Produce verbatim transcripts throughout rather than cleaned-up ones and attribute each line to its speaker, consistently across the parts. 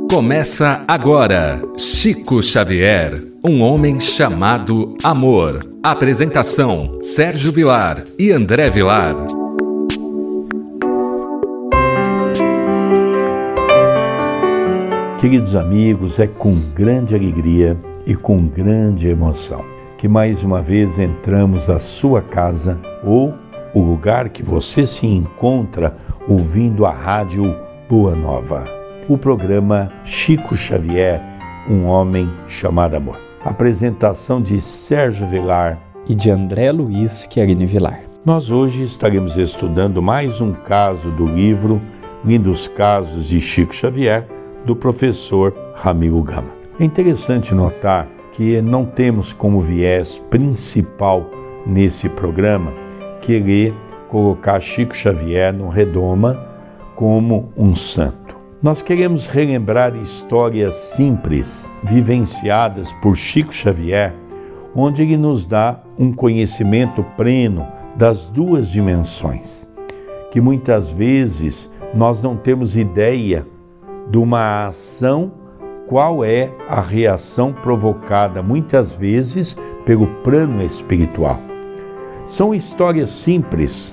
Speaker 1: Começa agora, Chico Xavier, um homem chamado amor. Apresentação, Sérgio Vilar e André Vilar.
Speaker 2: Queridos amigos, é com grande alegria e com grande emoção que mais uma vez entramos à sua casa ou o lugar que você se encontra ouvindo a Rádio Boa Nova. O programa Chico Xavier, um homem chamado amor. Apresentação de Sérgio Vilar
Speaker 3: e de André Luiz Querini Vilar.
Speaker 2: Nós hoje estaremos estudando mais um caso do livro Lindos Casos de Chico Xavier, do professor Ramiro Gama. É interessante notar que não temos como viés principal nesse programa querer colocar Chico Xavier no redoma como um santo. Nós queremos relembrar histórias simples, vivenciadas por Chico Xavier, onde ele nos dá um conhecimento pleno das duas dimensões, que muitas vezes nós não temos ideia de uma ação, qual é a reação provocada muitas vezes pelo plano espiritual. São histórias simples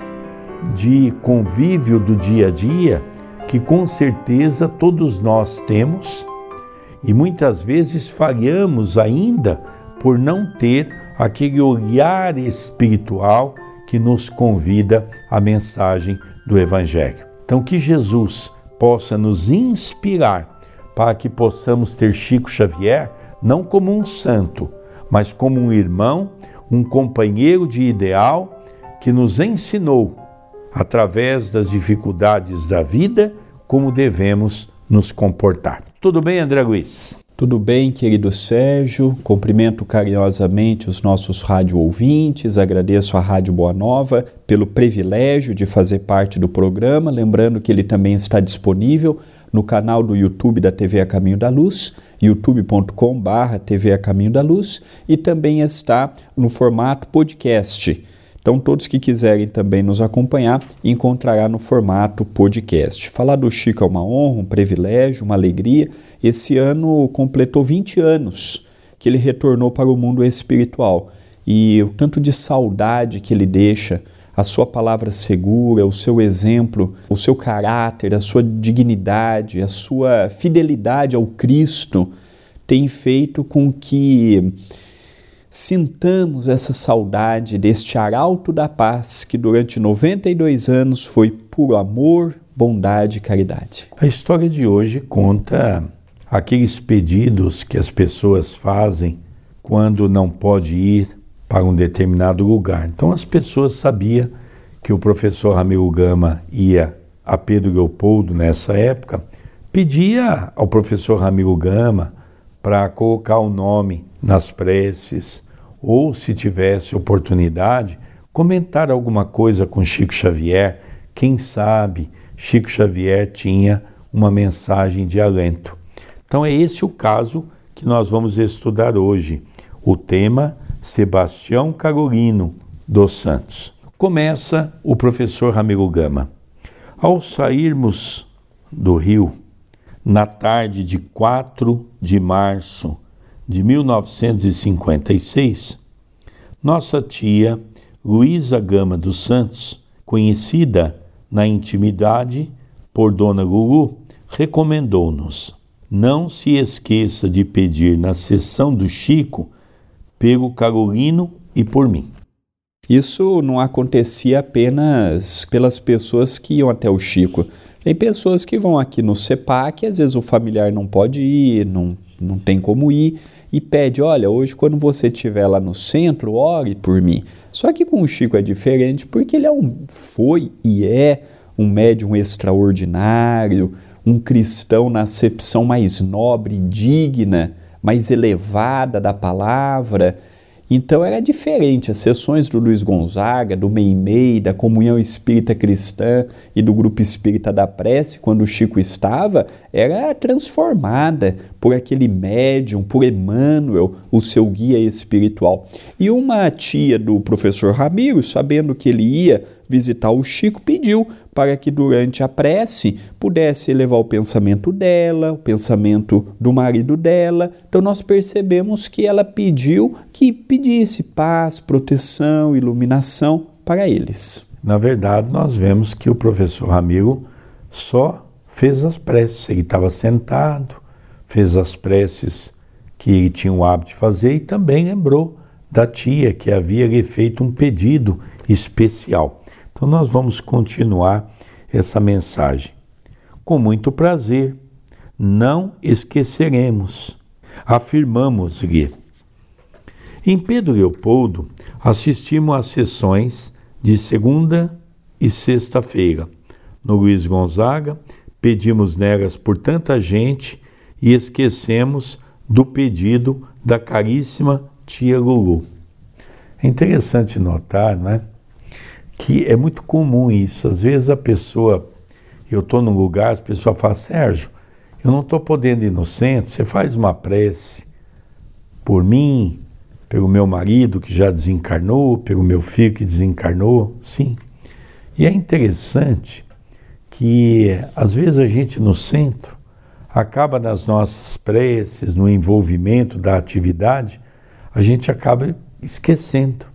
Speaker 2: de convívio do dia a dia que com certeza todos nós temos e muitas vezes falhamos ainda por não ter aquele olhar espiritual que nos convida à mensagem do Evangelho. Então que Jesus possa nos inspirar para que possamos ter Chico Xavier não como um santo, mas como um irmão, um companheiro de ideal que nos ensinou, através das dificuldades da vida, como devemos nos comportar. Tudo bem, André Luiz?
Speaker 3: Tudo bem, querido Sérgio. Cumprimento carinhosamente os nossos rádio ouvintes, agradeço à Rádio Boa Nova pelo privilégio de fazer parte do programa, lembrando que ele também está disponível no canal do YouTube da T V A Caminho da Luz, youtube ponto com barra T V A Caminho da Luz, e também está no formato podcast. Então, todos que quiserem também nos acompanhar, encontrará no formato podcast. Falar do Chico é uma honra, um privilégio, uma alegria. Esse ano completou vinte anos que ele retornou para o mundo espiritual. E o tanto de saudade que ele deixa, a sua palavra segura, o seu exemplo, o seu caráter, a sua dignidade, a sua fidelidade ao Cristo, tem feito com que sintamos essa saudade deste arauto da paz que durante noventa e dois anos foi puro amor, bondade e caridade.
Speaker 2: A história de hoje conta aqueles pedidos que as pessoas fazem quando não pode ir para um determinado lugar. Então as pessoas sabiam que o professor Ramiro Gama ia a Pedro Leopoldo nessa época, pedia ao professor Ramiro Gama para colocar o nome nas preces, ou se tivesse oportunidade, comentar alguma coisa com Chico Xavier. Quem sabe Chico Xavier tinha uma mensagem de alento. Então é esse o caso que nós vamos estudar hoje. O tema Sebastião Carolino dos Santos. Começa o professor Ramiro Gama. Ao sairmos do Rio, na tarde de quatro de março de mil novecentos e cinquenta e seis, nossa tia Luísa Gama dos Santos, conhecida na intimidade por Dona Lulu, recomendou-nos: não se esqueça de pedir na sessão do Chico pelo Carolino e por mim.
Speaker 3: Isso não acontecia apenas pelas pessoas que iam até o Chico. Tem pessoas que vão aqui no CEPAC, às vezes o familiar não pode ir, não, não tem como ir, e pede: olha, hoje quando você estiver lá no centro, ore por mim. Só que com o Chico é diferente, porque ele é um, foi e é um médium extraordinário, um cristão na acepção mais nobre, digna, mais elevada da palavra. Então era diferente. As sessões do Luiz Gonzaga, do Meimei, da Comunhão Espírita Cristã e do Grupo Espírita da Prece, quando o Chico estava, era transformada por aquele médium, por Emmanuel, o seu guia espiritual. E uma tia do professor Ramiro, sabendo que ele ia visitar o Chico, pediu para que durante a prece pudesse elevar o pensamento dela, o pensamento do marido dela. Então nós percebemos que ela pediu que pedisse paz, proteção, iluminação para eles.
Speaker 2: Na verdade, nós vemos que o professor Ramiro só fez as preces. Ele estava sentado, fez as preces que ele tinha o hábito de fazer e também lembrou da tia que havia lhe feito um pedido especial. Então nós vamos continuar essa mensagem. Com muito prazer, não esqueceremos, afirmamos-lhe. Em Pedro Leopoldo, assistimos às sessões de segunda e sexta-feira. No Luiz Gonzaga, pedimos nelas por tanta gente e esquecemos do pedido da caríssima tia Lulu. É interessante notar, né, que é muito comum isso. Às vezes a pessoa, eu estou num lugar, as pessoas falam, Sérgio, eu não estou podendo ir no centro, você faz uma prece por mim, pelo meu marido que já desencarnou, pelo meu filho que desencarnou, sim. E é interessante que às vezes a gente no centro acaba nas nossas preces, no envolvimento da atividade, a gente acaba esquecendo.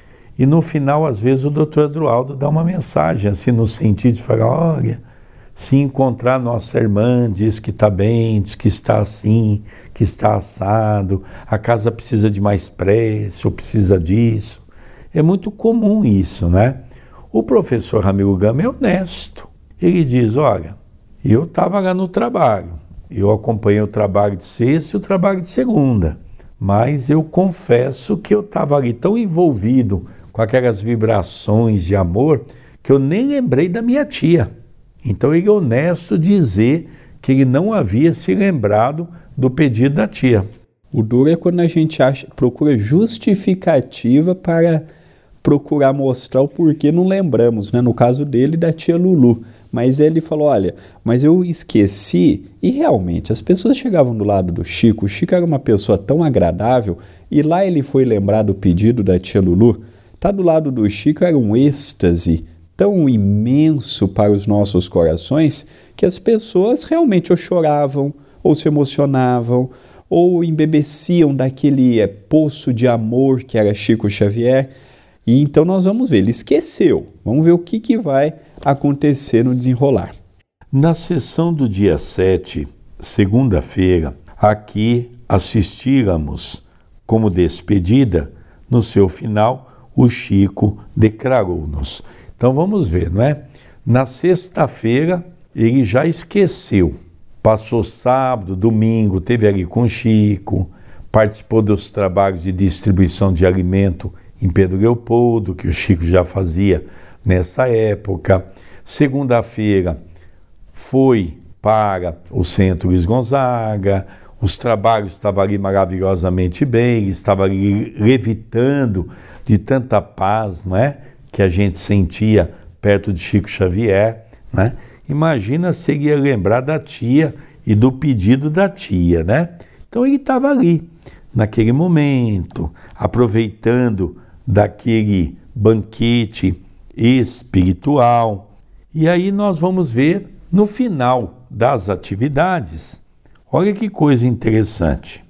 Speaker 2: E no final, às vezes, o doutor Adroaldo dá uma mensagem, assim, no sentido de falar, olha, se encontrar nossa irmã, diz que está bem, diz que está assim, que está assado, a casa precisa de mais prece, ou precisa disso. É muito comum isso, né? O professor Ramiro Gama é honesto. Ele diz, olha, eu estava lá no trabalho, eu acompanhei o trabalho de sexta e o trabalho de segunda, mas eu confesso que eu estava ali tão envolvido com aquelas vibrações de amor que eu nem lembrei da minha tia. Então ele é honesto dizer que ele não havia se lembrado do pedido da tia.
Speaker 3: O duro é quando a gente acha, procura justificativa para procurar mostrar o porquê não lembramos, né? No caso dele, da tia Lulu. Mas ele falou, olha, mas eu esqueci, e realmente, as pessoas chegavam do lado do Chico, o Chico era uma pessoa tão agradável, e lá ele foi lembrar do pedido da tia Lulu. Tá do lado do Chico era um êxtase tão imenso para os nossos corações, que as pessoas realmente ou choravam, ou se emocionavam, ou embebeciam daquele é, poço de amor que era Chico Xavier. E então nós vamos ver, ele esqueceu. Vamos ver o que, que vai acontecer no desenrolar.
Speaker 2: Na sessão do dia sete, segunda-feira, aqui assistíamos como despedida, no seu final, o Chico declarou-nos. Então vamos ver, não é? Na sexta-feira, ele já esqueceu. Passou sábado, domingo, teve ali com o Chico, participou dos trabalhos de distribuição de alimento em Pedro Leopoldo, que o Chico já fazia nessa época. Segunda-feira foi para o Centro Luiz Gonzaga, os trabalhos estavam ali maravilhosamente bem, estava ali levitando de tanta paz, não é? Que a gente sentia perto de Chico Xavier, né? Imagina se ele ia lembrar da tia e do pedido da tia, né? Então ele estava ali, naquele momento, aproveitando daquele banquete espiritual. E aí nós vamos ver no final das atividades, olha que coisa interessante.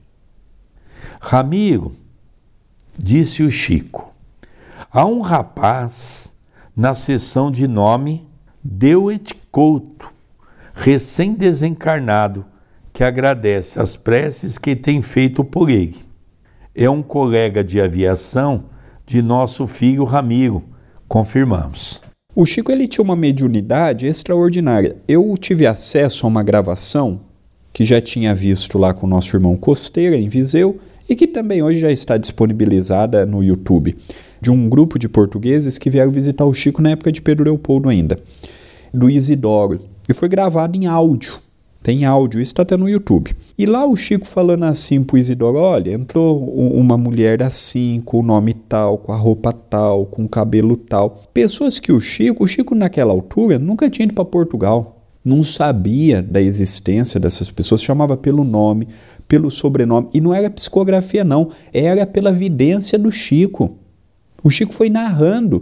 Speaker 2: Ramiro, disse o Chico, há um rapaz na sessão de nome Deuet Couto, recém-desencarnado, que agradece as preces que tem feito por ele. É um colega de aviação de nosso filho Ramiro, confirmamos.
Speaker 3: O Chico ele tinha uma mediunidade extraordinária. Eu tive acesso a uma gravação que já tinha visto lá com o nosso irmão Costeira, em Viseu, e que também hoje já está disponibilizada no YouTube, de um grupo de portugueses que vieram visitar o Chico na época de Pedro Leopoldo ainda, do Isidoro, e foi gravado em áudio. Tem áudio, isso está até no YouTube. E lá o Chico falando assim pro Isidoro, olha, entrou uma mulher assim, com o nome tal, com a roupa tal, com o cabelo tal. Pessoas que o Chico, o Chico naquela altura nunca tinha ido para Portugal, não sabia da existência dessas pessoas, chamava pelo nome, pelo sobrenome, e não era psicografia não, era pela vidência do Chico. O Chico foi narrando.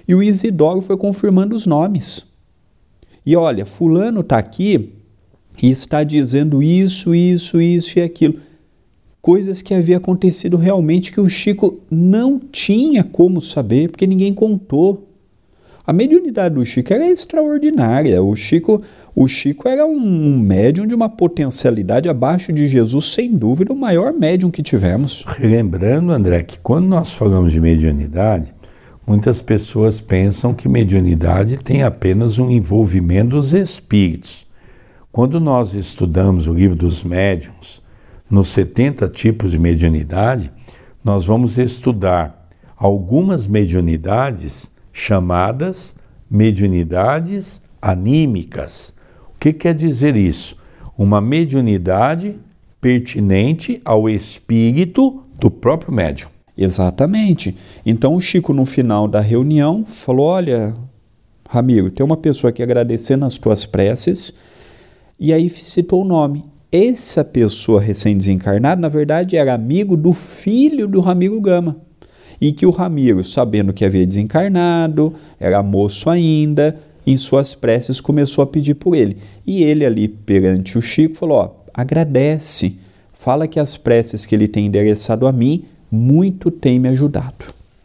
Speaker 3: E o Isidoro foi confirmando os nomes. E olha, fulano está aqui e está dizendo isso, isso, isso e aquilo. Coisas que havia acontecido realmente que o Chico não tinha como saber, porque ninguém contou. A mediunidade do Chico era extraordinária. O Chico, o Chico era um médium de uma potencialidade abaixo de Jesus, sem dúvida, o maior médium que tivemos.
Speaker 2: Lembrando, André, que quando nós falamos de mediunidade, muitas pessoas pensam que mediunidade tem apenas um envolvimento dos espíritos. Quando nós estudamos o livro dos médiuns, nos setenta tipos de mediunidade, nós vamos estudar algumas mediunidades chamadas mediunidades anímicas. O que quer dizer isso? Uma mediunidade pertinente ao espírito do próprio médium.
Speaker 3: Exatamente. Então o Chico, no final da reunião, falou: olha, Ramiro, tem uma pessoa aqui agradecendo as tuas preces, e aí citou o nome. Essa pessoa recém-desencarnada, na verdade, era amigo do filho do Ramiro Gama. E que o Ramiro, sabendo que havia desencarnado, era moço ainda, em suas preces começou a pedir por ele. E ele ali perante o Chico falou: ó, agradece, fala que as preces que ele tem endereçado a mim, muito tem me ajudado.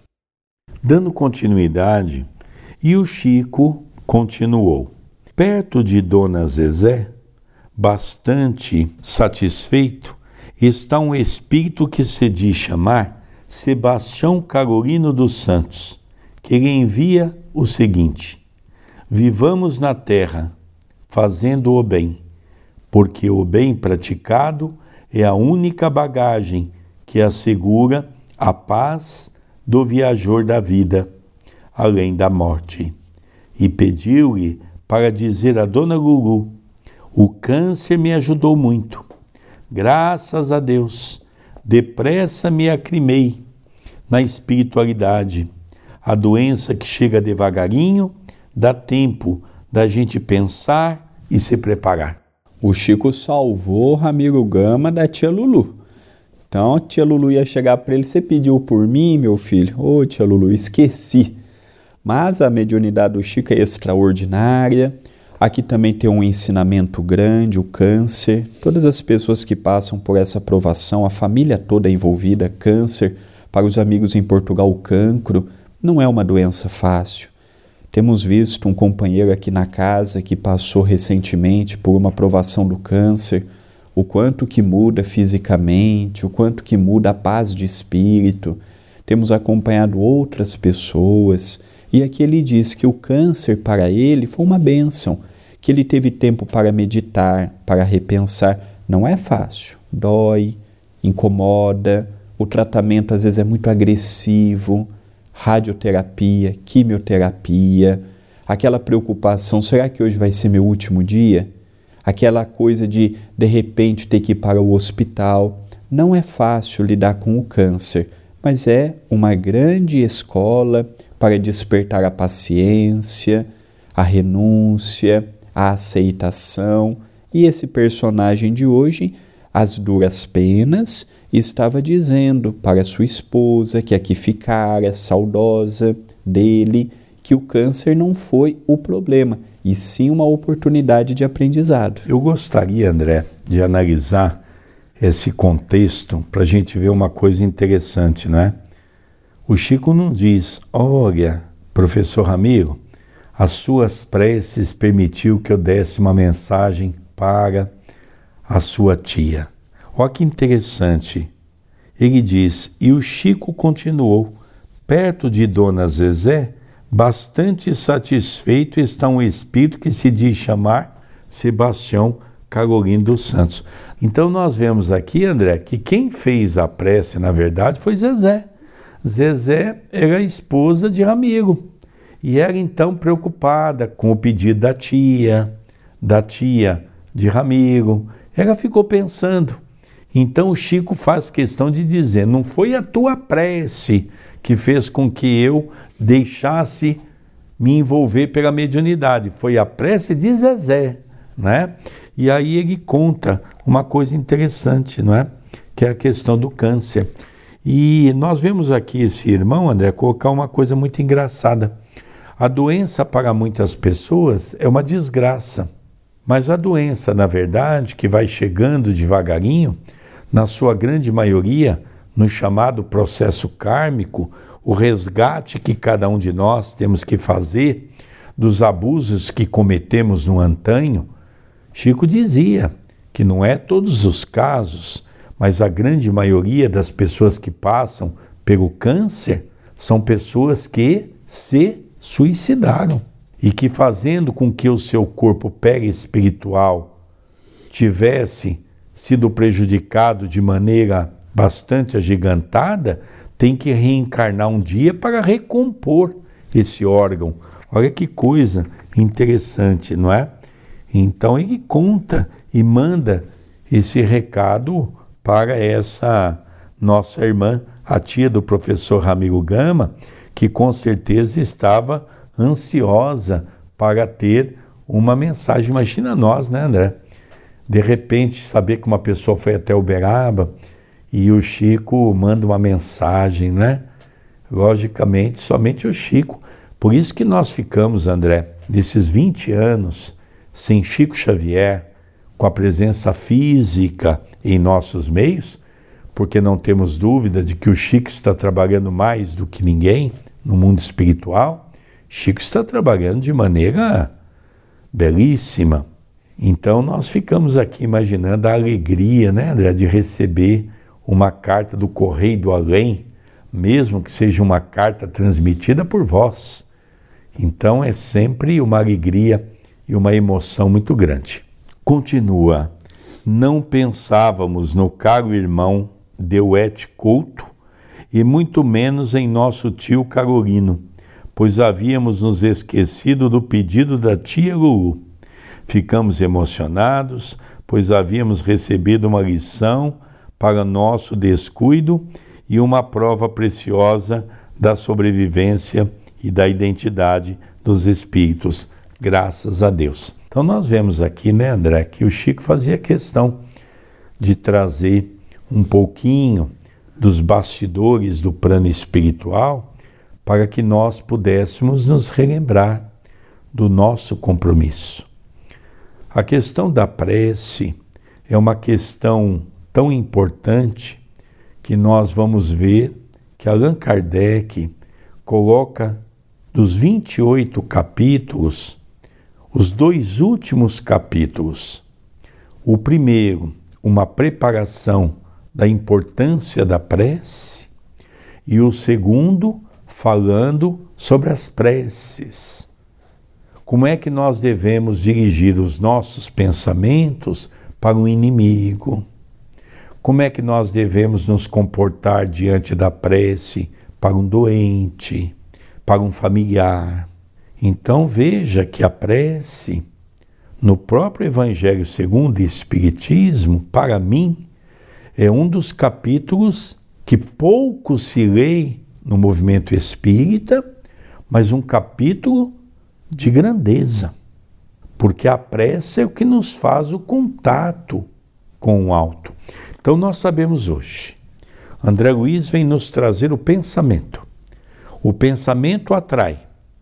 Speaker 2: Dando continuidade, e o Chico continuou. Perto de Dona Zezé, bastante satisfeito, está um espírito que se diz chamar Sebastião Carolino dos Santos, que lhe envia o seguinte: vivamos na terra, fazendo o bem, porque o bem praticado é a única bagagem que assegura a paz do viajor da vida, além da morte. E pediu-lhe para dizer a Dona Lulu: o câncer me ajudou muito. Graças a Deus, depressa me aclimei na espiritualidade. A doença que chega devagarinho, dá tempo da gente pensar e se preparar.
Speaker 3: O Chico salvou Ramiro Gama da tia Lulu. Então a tia Lulu ia chegar para ele: você pediu por mim, meu filho? Ô oh, tia Lulu, esqueci. Mas a mediunidade do Chico é extraordinária. Aqui também tem um ensinamento grande, o câncer. Todas as pessoas que passam por essa provação, a família toda envolvida, câncer. Para os amigos em Portugal, o cancro não é uma doença fácil. Temos visto um companheiro aqui na casa que passou recentemente por uma provação do câncer, o quanto que muda fisicamente, o quanto que muda a paz de espírito. Temos acompanhado outras pessoas e aqui ele diz que o câncer para ele foi uma bênção, que ele teve tempo para meditar, para repensar. Não é fácil, dói, incomoda, o tratamento às vezes é muito agressivo, radioterapia, quimioterapia, aquela preocupação: será que hoje vai ser meu último dia? Aquela coisa de, de repente, ter que ir para o hospital. Não é fácil lidar com o câncer, mas é uma grande escola para despertar a paciência, a renúncia, a aceitação. E esse personagem de hoje, às duras penas, estava dizendo para sua esposa, que aqui ficara, saudosa dele, que o câncer não foi o problema, e sim uma oportunidade de aprendizado.
Speaker 2: Eu gostaria, André, de analisar esse contexto para a gente ver uma coisa interessante, não é? O Chico não diz: olha, professor Ramiro, as suas preces permitiu que eu desse uma mensagem para a sua tia. Olha que interessante. Ele diz: e o Chico continuou. Perto de Dona Zezé, bastante satisfeito está um espírito que se diz chamar Sebastião Carolino dos Santos. Então nós vemos aqui, André, que quem fez a prece, na verdade, foi Zezé. Zezé era a esposa de Ramiro. E era então preocupada com o pedido da tia, da tia de Ramiro. Ela ficou pensando. Então o Chico faz questão de dizer: não foi a tua prece que fez com que eu deixasse me envolver pela mediunidade, foi a prece de Zezé, né? E aí ele conta uma coisa interessante, não é? Que é a questão do câncer. E nós vemos aqui esse irmão, André, colocar uma coisa muito engraçada, A doença para muitas pessoas é uma desgraça, mas a doença, na verdade, que vai chegando devagarinho, na sua grande maioria, no chamado processo kármico, o resgate que cada um de nós temos que fazer dos abusos que cometemos no antanho. Chico dizia que não é todos os casos, mas a grande maioria das pessoas que passam pelo câncer são pessoas que se suicidaram e que, fazendo com que o seu corpo perispiritual tivesse sido prejudicado de maneira bastante agigantada, tem que reencarnar um dia para recompor esse órgão. Olha que coisa interessante, não é? Então ele conta e manda esse recado para essa nossa irmã, a tia do professor Ramiro Gama, que com certeza estava ansiosa para ter uma mensagem. Imagina nós, né, André? De repente, saber que uma pessoa foi até Uberaba e o Chico manda uma mensagem, né? Logicamente, somente o Chico. Por isso que nós ficamos, André, nesses vinte anos, sem Chico Xavier, com a presença física em nossos meios, porque não temos dúvida de que o Chico está trabalhando mais do que ninguém no mundo espiritual. Chico está trabalhando de maneira belíssima. Então nós ficamos aqui imaginando a alegria, né, André, de receber uma carta do Correio do Além, mesmo que seja uma carta transmitida por vós. Então é sempre uma alegria e uma emoção muito grande. Continua. Não pensávamos no caro irmão Deuete Couto e muito menos em nosso tio Carolino, pois havíamos nos esquecido do pedido da tia Lulu. Ficamos emocionados, pois havíamos recebido uma lição para nosso descuido e uma prova preciosa da sobrevivência e da identidade dos espíritos, graças a Deus. Então nós vemos aqui, né, André, que o Chico fazia questão de trazer um pouquinho dos bastidores do plano espiritual para que nós pudéssemos nos relembrar do nosso compromisso. A questão da prece é uma questão tão importante que nós vamos ver que Allan Kardec coloca dos vinte e oito capítulos, os dois últimos capítulos. O primeiro, uma preparação da importância da prece, e o segundo, falando sobre as preces. Como é que nós devemos dirigir os nossos pensamentos para o inimigo? Como é que nós devemos nos comportar diante da prece para um doente, para um familiar? Então veja que a prece, no próprio Evangelho segundo o Espiritismo, para mim, é um dos capítulos que pouco se lê no movimento espírita, mas um capítulo de grandeza, porque a prece é o que nos faz o contato com o alto. Então nós sabemos hoje, André Luiz vem nos trazer o pensamento. O pensamento atrai,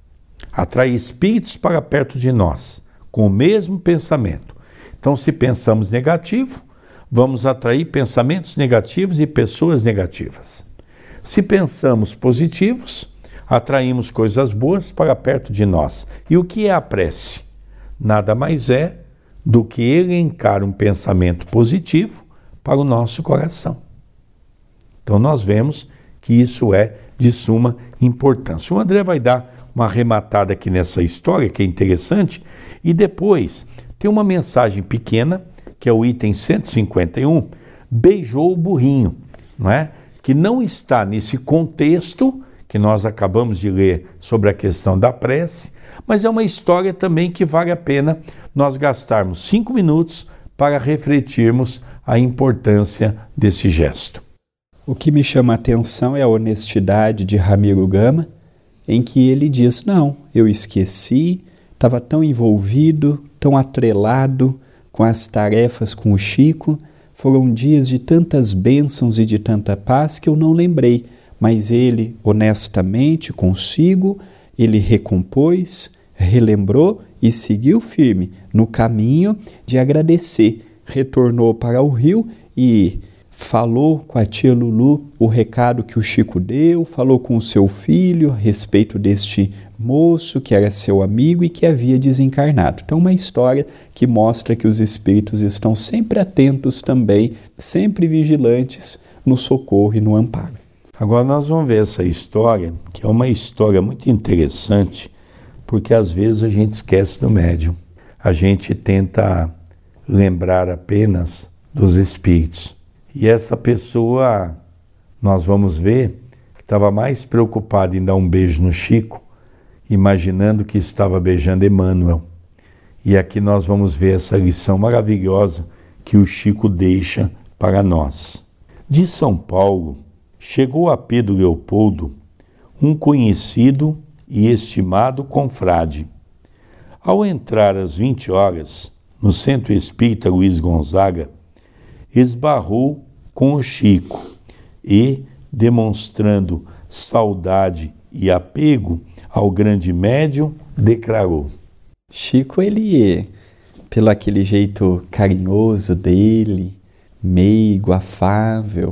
Speaker 2: atrai espíritos para perto de nós, com o mesmo pensamento. Então se pensamos negativo, vamos atrair pensamentos negativos e pessoas negativas. Se pensamos positivos, atraímos coisas boas para perto de nós. E o que é a prece? Nada mais é do que elencar um pensamento positivo para o nosso coração. Então nós vemos que isso é de suma importância. O André vai dar uma arrematada aqui nessa história, que é interessante, e depois tem uma mensagem pequena, que é o item cento e cinquenta e um, beijou o burrinho, não é? Que não está nesse contexto que nós acabamos de ler sobre a questão da prece, mas é uma história também que vale a pena nós gastarmos cinco minutos para refletirmos a importância desse gesto.
Speaker 3: O que me chama a atenção é a honestidade de Ramiro Gama, em que ele diz, não, eu esqueci, estava tão envolvido, tão atrelado com as tarefas com o Chico, foram dias de tantas bênçãos e de tanta paz que eu não lembrei, mas ele, honestamente, consigo ele recompôs, relembrou e seguiu firme no caminho de agradecer. Retornou para o rio e falou com a tia Lulu o recado que o Chico deu, falou com o seu filho a respeito deste moço que era seu amigo e que havia desencarnado. Então, uma história que mostra que os espíritos estão sempre atentos também, sempre vigilantes no socorro e no amparo.
Speaker 2: Agora nós vamos ver essa história, que é uma história muito interessante, porque às vezes a gente esquece do médium. A gente tenta lembrar apenas dos espíritos. E essa pessoa, nós vamos ver, que estava mais preocupada em dar um beijo no Chico, imaginando que estava beijando Emmanuel. E aqui nós vamos ver essa lição maravilhosa que o Chico deixa para nós. De São Paulo, chegou a Pedro Leopoldo um conhecido e estimado confrade. Ao entrar às vinte horas no Centro Espírita Luiz Gonzaga, esbarrou com o Chico e, demonstrando saudade e apego ao grande médium, declarou:
Speaker 3: Chico, ele, pelo aquele jeito carinhoso dele, meigo, afável,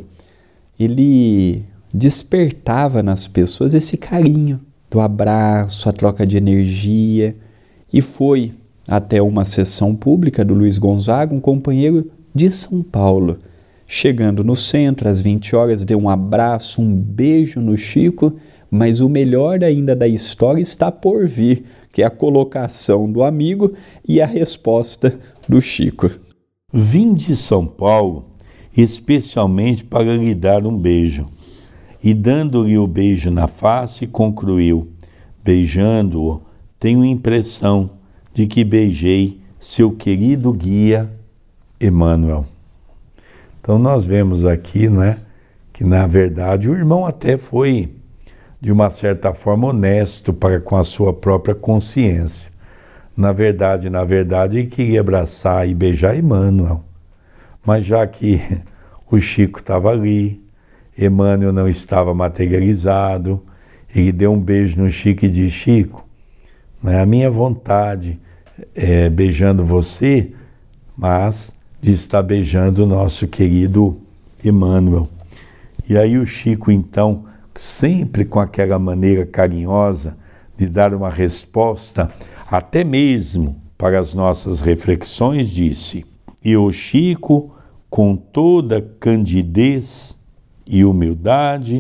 Speaker 3: ele despertava nas pessoas esse carinho do abraço, a troca de energia, e foi até uma sessão pública do Luiz Gonzaga, um companheiro de São Paulo. Chegando no centro, às vinte horas, deu um abraço, um beijo no Chico, mas o melhor ainda da história está por vir, que é a colocação do amigo e a resposta do Chico.
Speaker 2: Vim de São Paulo especialmente para lhe dar um beijo. E dando-lhe o beijo na face, concluiu: beijando-o, tenho impressão de que beijei seu querido guia Emmanuel. Então nós vemos aqui, né, que na verdade o irmão até foi, de uma certa forma, honesto para com a sua própria consciência. Na verdade, na verdade, ele queria abraçar e beijar Emmanuel. Mas já que o Chico estava ali, Emmanuel não estava materializado, ele deu um beijo no Chico e disse: Chico, não é a minha vontade é, beijando você, mas de estar beijando o nosso querido Emmanuel. E aí o Chico, então, sempre com aquela maneira carinhosa de dar uma resposta, até mesmo para as nossas reflexões, disse: e o Chico, com toda candidez e humildade: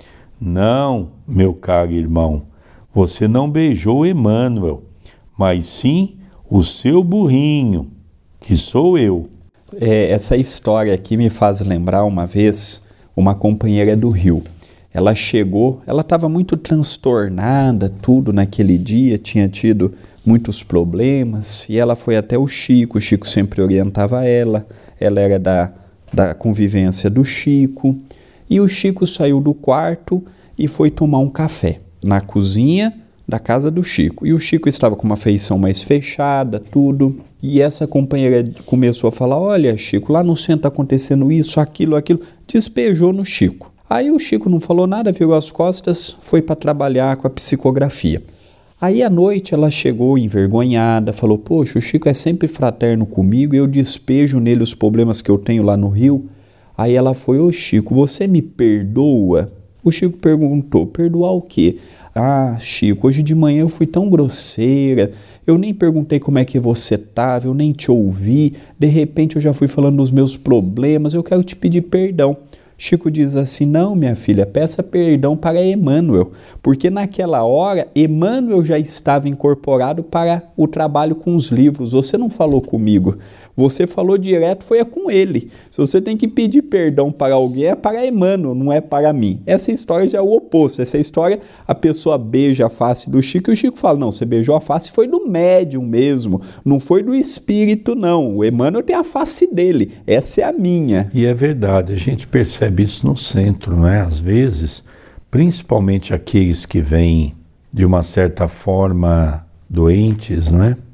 Speaker 2: não, meu caro irmão, você não beijou Emmanuel, mas sim o seu burrinho, que sou eu.
Speaker 3: É, essa história aqui me faz lembrar uma vez uma companheira do Rio. Ela chegou, ela estava muito transtornada, tudo naquele dia, tinha tido muitos problemas, e ela foi até o Chico. O Chico sempre orientava ela, ela era da, da convivência do Chico, e o Chico saiu do quarto e foi tomar um café na cozinha da casa do Chico. E o Chico estava com uma feição mais fechada, tudo, e essa companheira começou a falar: olha, Chico, lá no centro está acontecendo isso, aquilo, aquilo, despejou no Chico. Aí o Chico não falou nada, virou as costas, foi para trabalhar com a psicografia. Aí à noite ela chegou envergonhada, falou: poxa, o Chico é sempre fraterno comigo e eu despejo nele os problemas que eu tenho lá no Rio. Aí ela foi: ô Chico, você me perdoa? O Chico perguntou: perdoar o quê? Ah, Chico, hoje de manhã eu fui tão grosseira, eu nem perguntei como é que você estava, eu nem te ouvi, de repente eu já fui falando dos meus problemas, eu quero te pedir perdão. Chico diz assim: não, minha filha, peça perdão para Emmanuel, porque naquela hora Emmanuel já estava incorporado para o trabalho com os livros. Você não falou comigo, você falou direto, foi com ele. Se você tem que pedir perdão para alguém, é para Emmanuel, não é para mim. Essa história já é o oposto. Essa história, a pessoa beija a face do Chico e o Chico fala: não, você beijou a face, foi do médium mesmo, não foi do espírito, não. O Emmanuel tem a face dele, essa é a minha.
Speaker 2: E é verdade, a gente percebe isso no centro, não é? Às vezes, principalmente aqueles que vêm de uma certa forma doentes, não é?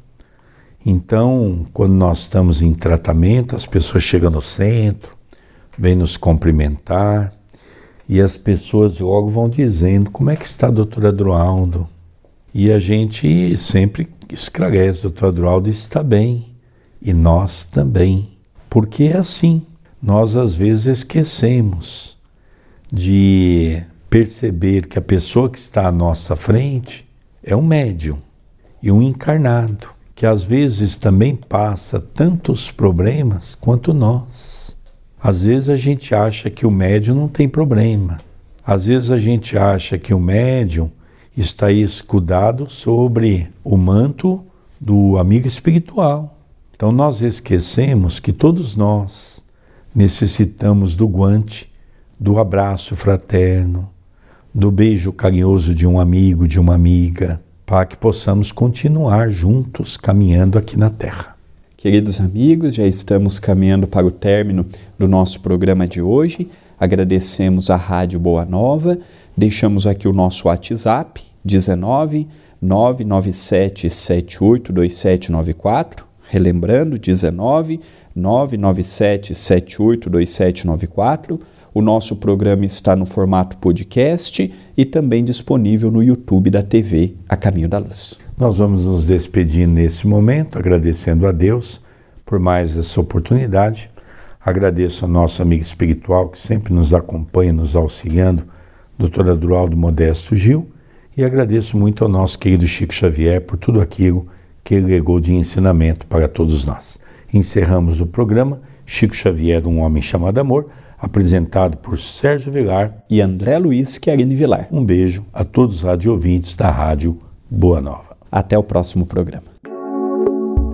Speaker 2: Então, quando nós estamos em tratamento, as pessoas chegam no centro, vêm nos cumprimentar, e as pessoas logo vão dizendo: como é que está a doutora Adroaldo? E a gente sempre esclarece, doutor Adroaldo está bem, e nós também. Porque é assim, nós às vezes esquecemos de perceber que a pessoa que está à nossa frente é um médium e um encarnado, que às vezes também passa tantos problemas quanto nós. Às vezes a gente acha que o médium não tem problema. Às vezes a gente acha que o médium está escudado sobre o manto do amigo espiritual. Então nós esquecemos que todos nós necessitamos do guante, do abraço fraterno, do beijo carinhoso de um amigo, de uma amiga, para que possamos continuar juntos caminhando aqui na Terra.
Speaker 3: Queridos amigos, já estamos caminhando para o término do nosso programa de hoje. Agradecemos à Rádio Boa Nova, deixamos aqui o nosso WhatsApp, dezenove, nove nove sete, sete oito dois sete nove quatro, relembrando, dezenove, nove nove sete, sete oito dois sete nove quatro. O nosso programa está no formato podcast e também disponível no YouTube da T V A Caminho da Luz.
Speaker 2: Nós vamos nos despedir nesse momento, agradecendo a Deus por mais essa oportunidade. Agradeço ao nosso amigo espiritual que sempre nos acompanha, nos auxiliando, doutor Adroaldo Modesto Gil, e agradeço muito ao nosso querido Chico Xavier por tudo aquilo que ele legou de ensinamento para todos nós. Encerramos o programa Chico Xavier, um homem chamado amor, apresentado por Sérgio Vilar
Speaker 3: e André Luiz Querine Vilar.
Speaker 2: Um beijo a todos os radio-ouvintes da Rádio Boa Nova.
Speaker 3: Até o próximo programa.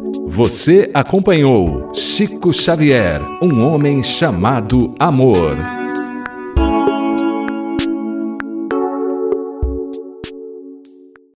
Speaker 1: Você acompanhou Chico Xavier, um homem chamado amor.